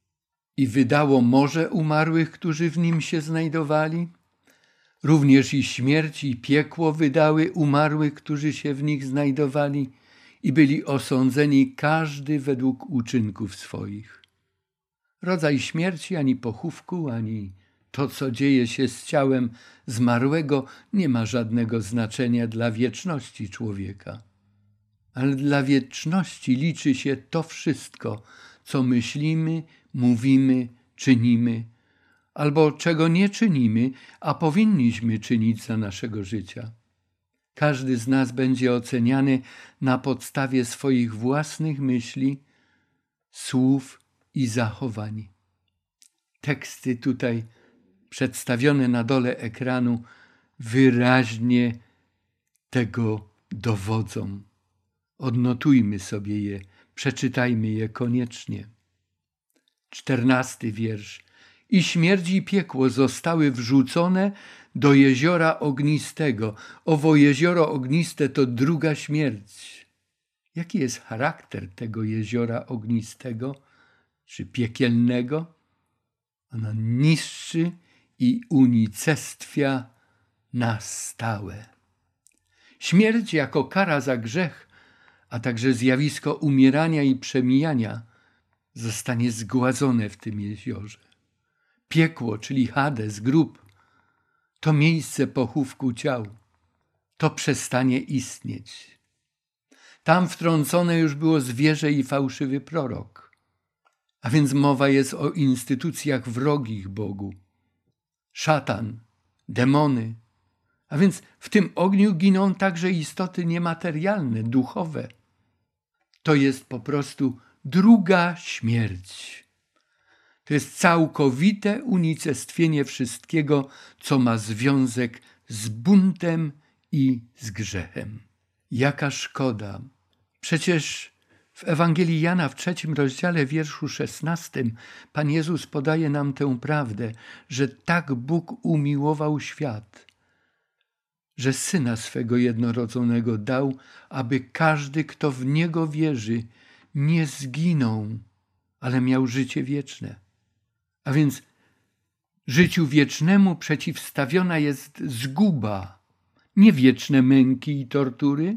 I wydało morze umarłych, którzy w nim się znajdowali. Również i śmierć i piekło wydały umarłych, którzy się w nich znajdowali i byli osądzeni każdy według uczynków swoich. Rodzaj śmierci ani pochówku, ani to, co dzieje się z ciałem zmarłego, nie ma żadnego znaczenia dla wieczności człowieka. Ale dla wieczności liczy się to wszystko, co myślimy, mówimy, czynimy, albo czego nie czynimy, a powinniśmy czynić za naszego życia. Każdy z nas będzie oceniany na podstawie swoich własnych myśli, słów i zachowań. Teksty tutaj przedstawione na dole ekranu wyraźnie tego dowodzą. Odnotujmy sobie je, przeczytajmy je koniecznie. 14 wiersz. I śmierć i piekło zostały wrzucone do jeziora ognistego. Owo jezioro ogniste to druga śmierć. Jaki jest charakter tego jeziora ognistego czy piekielnego? Ono niszczy i unicestwia na stałe. Śmierć jako kara za grzech, a także zjawisko umierania i przemijania zostanie zgładzone w tym jeziorze. Piekło, czyli Hades, grób, to miejsce pochówku ciał. To przestanie istnieć. Tam wtrącone już było zwierzę i fałszywy prorok. A więc mowa jest o instytucjach wrogich Bogu. Szatan, demony. A więc w tym ogniu giną także istoty niematerialne, duchowe. To jest po prostu druga śmierć. To jest całkowite unicestwienie wszystkiego, co ma związek z buntem i z grzechem. Jaka szkoda! Przecież w Ewangelii Jana w 3 rozdziale, wierszu 16, Pan Jezus podaje nam tę prawdę, że tak Bóg umiłował świat, że Syna swego jednorodzonego dał, aby każdy, kto w Niego wierzy, nie zginął, ale miał życie wieczne. A więc życiu wiecznemu przeciwstawiona jest zguba, nie wieczne męki i tortury,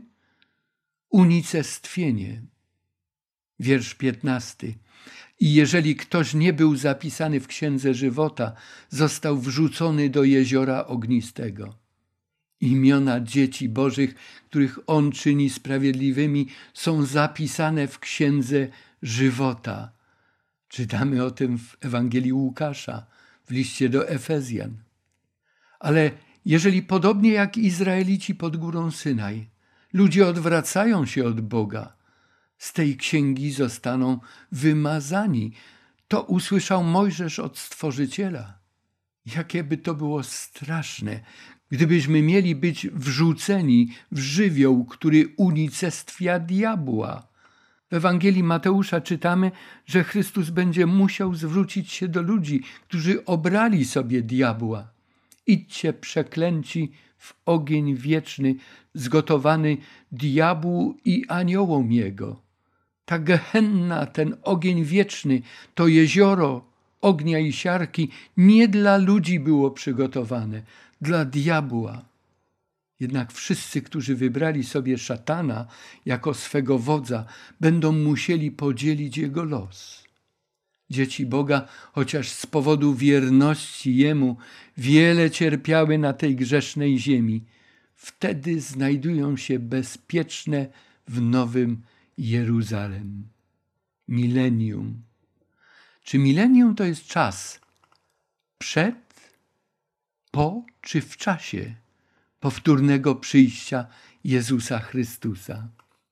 unicestwienie. Wiersz 15. I jeżeli ktoś nie był zapisany w Księdze Żywota, został wrzucony do jeziora ognistego. Imiona dzieci Bożych, których On czyni sprawiedliwymi, są zapisane w Księdze Żywota. Czytamy o tym w Ewangelii Łukasza, w liście do Efezjan. Ale jeżeli podobnie jak Izraelici pod górą Synaj, ludzie odwracają się od Boga, z tej księgi zostaną wymazani. To usłyszał Mojżesz od Stworzyciela. Jakie by to było straszne, gdybyśmy mieli być wrzuceni w żywioł, który unicestwia diabła. W Ewangelii Mateusza czytamy, że Chrystus będzie musiał zwrócić się do ludzi, którzy obrali sobie diabła. Idźcie przeklęci w ogień wieczny, zgotowany diabłu i aniołom jego. Ta gehenna, ten ogień wieczny, to jezioro ognia i siarki nie dla ludzi było przygotowane, dla diabła. Jednak wszyscy, którzy wybrali sobie szatana jako swego wodza, będą musieli podzielić jego los. Dzieci Boga, chociaż z powodu wierności Jemu wiele cierpiały na tej grzesznej ziemi, wtedy znajdują się bezpieczne w Nowym Jeruzalem. Milenium. Czy milenium to jest czas przed, po czy w czasie powtórnego przyjścia Jezusa Chrystusa?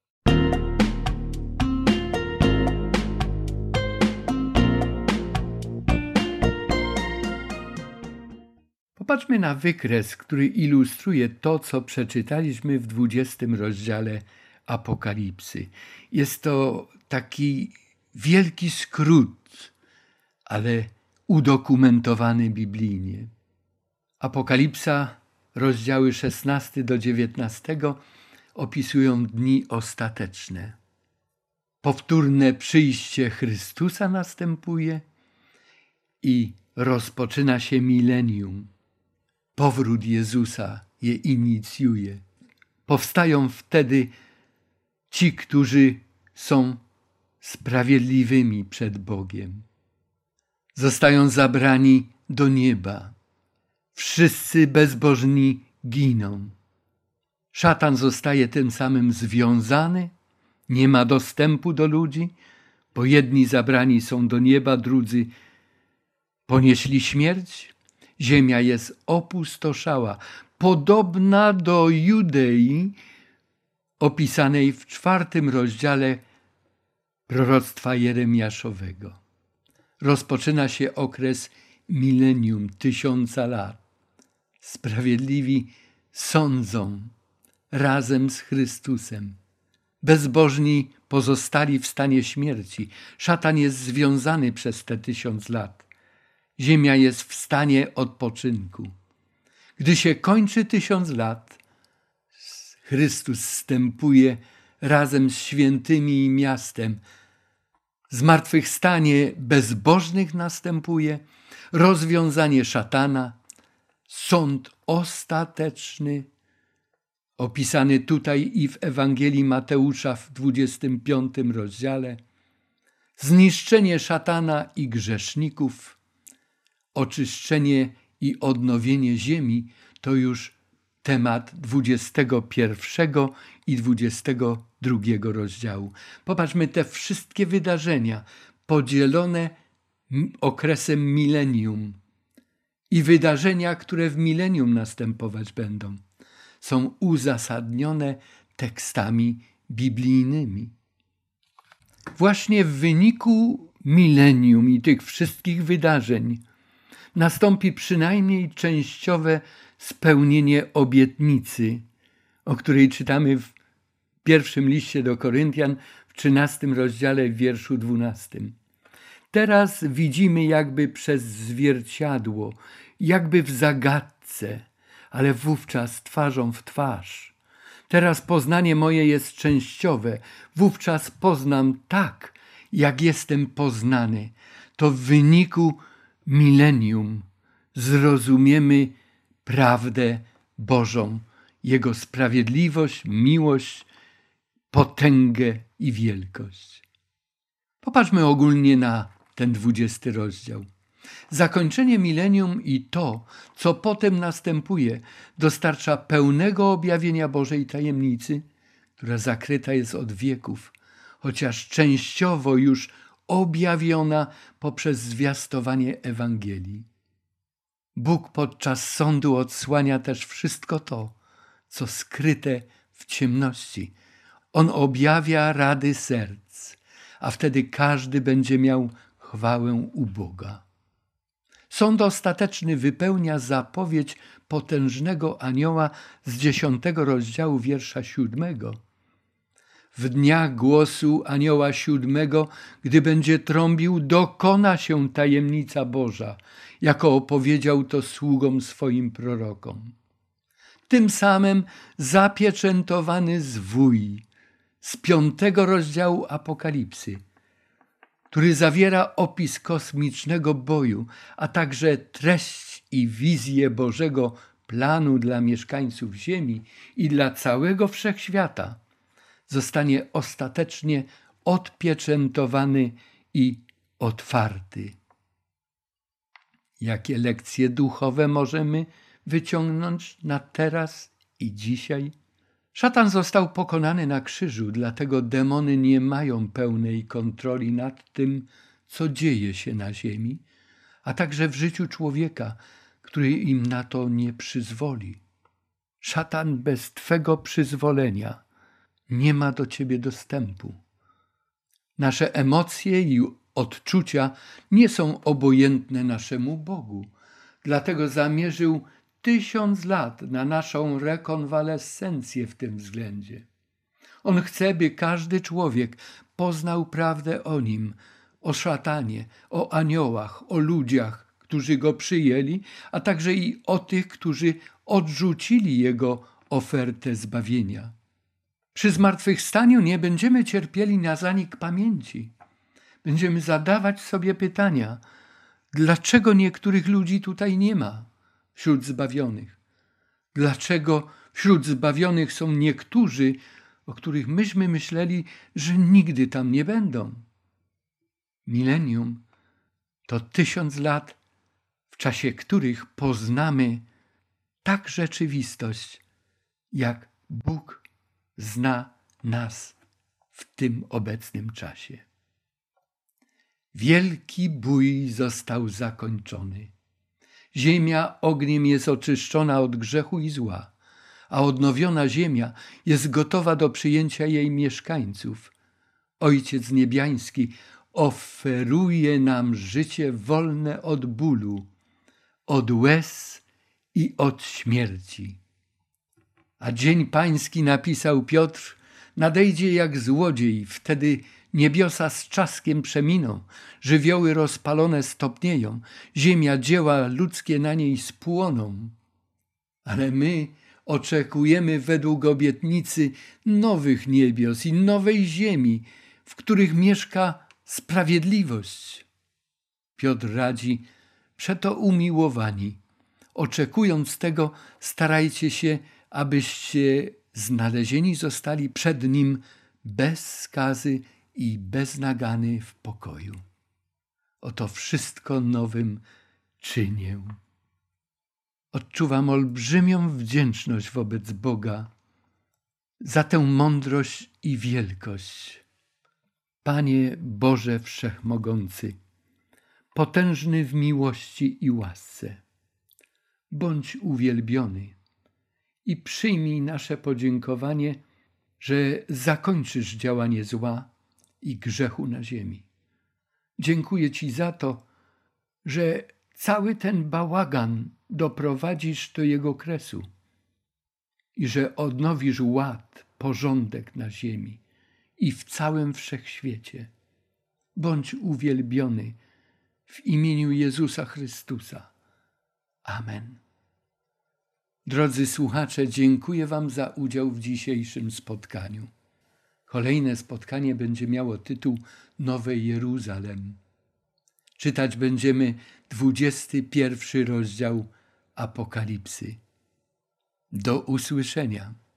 Popatrzmy na wykres, który ilustruje to, co przeczytaliśmy w 20 rozdziale Apokalipsy. Jest to taki wielki skrót, ale udokumentowany biblijnie. Apokalipsa, rozdziały 16 do 19 opisują dni ostateczne. Powtórne przyjście Chrystusa następuje i rozpoczyna się milenium. Powrót Jezusa je inicjuje. Powstają wtedy ci, którzy są sprawiedliwymi przed Bogiem. Zostają zabrani do nieba. Wszyscy bezbożni giną. Szatan zostaje tym samym związany, nie ma dostępu do ludzi, bo jedni zabrani są do nieba, drudzy ponieśli śmierć. Ziemia jest opustoszała, podobna do Judei opisanej w 4 rozdziale proroctwa Jeremiaszowego. Rozpoczyna się okres milenium, 1000 lat. Sprawiedliwi sądzą razem z Chrystusem. Bezbożni pozostali w stanie śmierci. Szatan jest związany przez te 1000 lat. Ziemia jest w stanie odpoczynku. Gdy się kończy 1000 lat, Chrystus zstępuje razem z świętymi i miastem. Zmartwychwstanie bezbożnych następuje, rozwiązanie szatana, sąd ostateczny, opisany tutaj i w Ewangelii Mateusza w 25 rozdziale, zniszczenie szatana i grzeszników, oczyszczenie i odnowienie ziemi to już temat 21 i 22 rozdziału. Popatrzmy, te wszystkie wydarzenia podzielone okresem milenium i wydarzenia, które w milenium następować będą, są uzasadnione tekstami biblijnymi. Właśnie w wyniku milenium i tych wszystkich wydarzeń nastąpi przynajmniej częściowe spełnienie obietnicy, o której czytamy w 1 liście do Koryntian w 13 rozdziale w wierszu 12. Teraz widzimy jakby przez zwierciadło, jakby w zagadce, ale wówczas twarzą w twarz. Teraz poznanie moje jest częściowe, wówczas poznam tak, jak jestem poznany. To w wyniku milenium zrozumiemy prawdę Bożą, Jego sprawiedliwość, miłość, potęgę i wielkość. Popatrzmy ogólnie na ten 20 rozdział. Zakończenie milenium i to, co potem następuje, dostarcza pełnego objawienia Bożej tajemnicy, która zakryta jest od wieków, chociaż częściowo już objawiona poprzez zwiastowanie Ewangelii. Bóg podczas sądu odsłania też wszystko to, co skryte w ciemności. On objawia rady serc, a wtedy każdy będzie miał chwałę u Boga. Sąd ostateczny wypełnia zapowiedź potężnego anioła z 10 rozdziału wiersza 7. W dniach głosu anioła 7, gdy będzie trąbił, dokona się tajemnica Boża, jako opowiedział to sługom swoim prorokom. Tym samym zapieczętowany zwój z 5 rozdziału Apokalipsy, który zawiera opis kosmicznego boju, a także treść i wizję Bożego planu dla mieszkańców ziemi i dla całego wszechświata zostanie ostatecznie odpieczętowany i otwarty. Jakie lekcje duchowe możemy wyciągnąć na teraz i dzisiaj? Szatan został pokonany na krzyżu, dlatego demony nie mają pełnej kontroli nad tym, co dzieje się na ziemi, a także w życiu człowieka, który im na to nie przyzwoli. Szatan bez twego przyzwolenia nie ma do ciebie dostępu. Nasze emocje i odczucia nie są obojętne naszemu Bogu, dlatego zamierzył 1000 lat na naszą rekonwalescencję w tym względzie. On chce, by każdy człowiek poznał prawdę o nim, o szatanie, o aniołach, o ludziach, którzy go przyjęli, a także i o tych, którzy odrzucili jego ofertę zbawienia. Przy zmartwychwstaniu nie będziemy cierpieli na zanik pamięci. Będziemy zadawać sobie pytania, dlaczego niektórych ludzi tutaj nie ma wśród zbawionych? Dlaczego wśród zbawionych są niektórzy, o których myśmy myśleli, że nigdy tam nie będą? Milenium to 1000 lat, w czasie których poznamy tak rzeczywistość, jak Bóg zna nas w tym obecnym czasie. Wielki bój został zakończony. Ziemia ogniem jest oczyszczona od grzechu i zła, a odnowiona ziemia jest gotowa do przyjęcia jej mieszkańców. Ojciec Niebiański oferuje nam życie wolne od bólu, od łez i od śmierci. A dzień pański, napisał Piotr, nadejdzie jak złodziej, wtedy niebiosa z trzaskiem przeminą, żywioły rozpalone stopnieją, ziemia, dzieła ludzkie na niej spłoną. Ale my oczekujemy według obietnicy nowych niebios i nowej ziemi, w których mieszka sprawiedliwość. Piotr radzi, przeto umiłowani, oczekując tego, starajcie się, abyście znalezieni zostali przed Nim bez skazy i bez nagany w pokoju. Oto wszystko nowym czynię. Odczuwam olbrzymią wdzięczność wobec Boga za tę mądrość i wielkość. Panie Boże Wszechmogący, potężny w miłości i łasce, bądź uwielbiony i przyjmij nasze podziękowanie, że zakończysz działanie zła i grzechu na ziemi. Dziękuję Ci za to, że cały ten bałagan doprowadzisz do jego kresu i że odnowisz ład, porządek na ziemi i w całym wszechświecie. Bądź uwielbiony w imieniu Jezusa Chrystusa. Amen. Drodzy słuchacze, dziękuję Wam za udział w dzisiejszym spotkaniu. Kolejne spotkanie będzie miało tytuł Nowe Jeruzalem. Czytać będziemy 21 rozdział Apokalipsy. Do usłyszenia.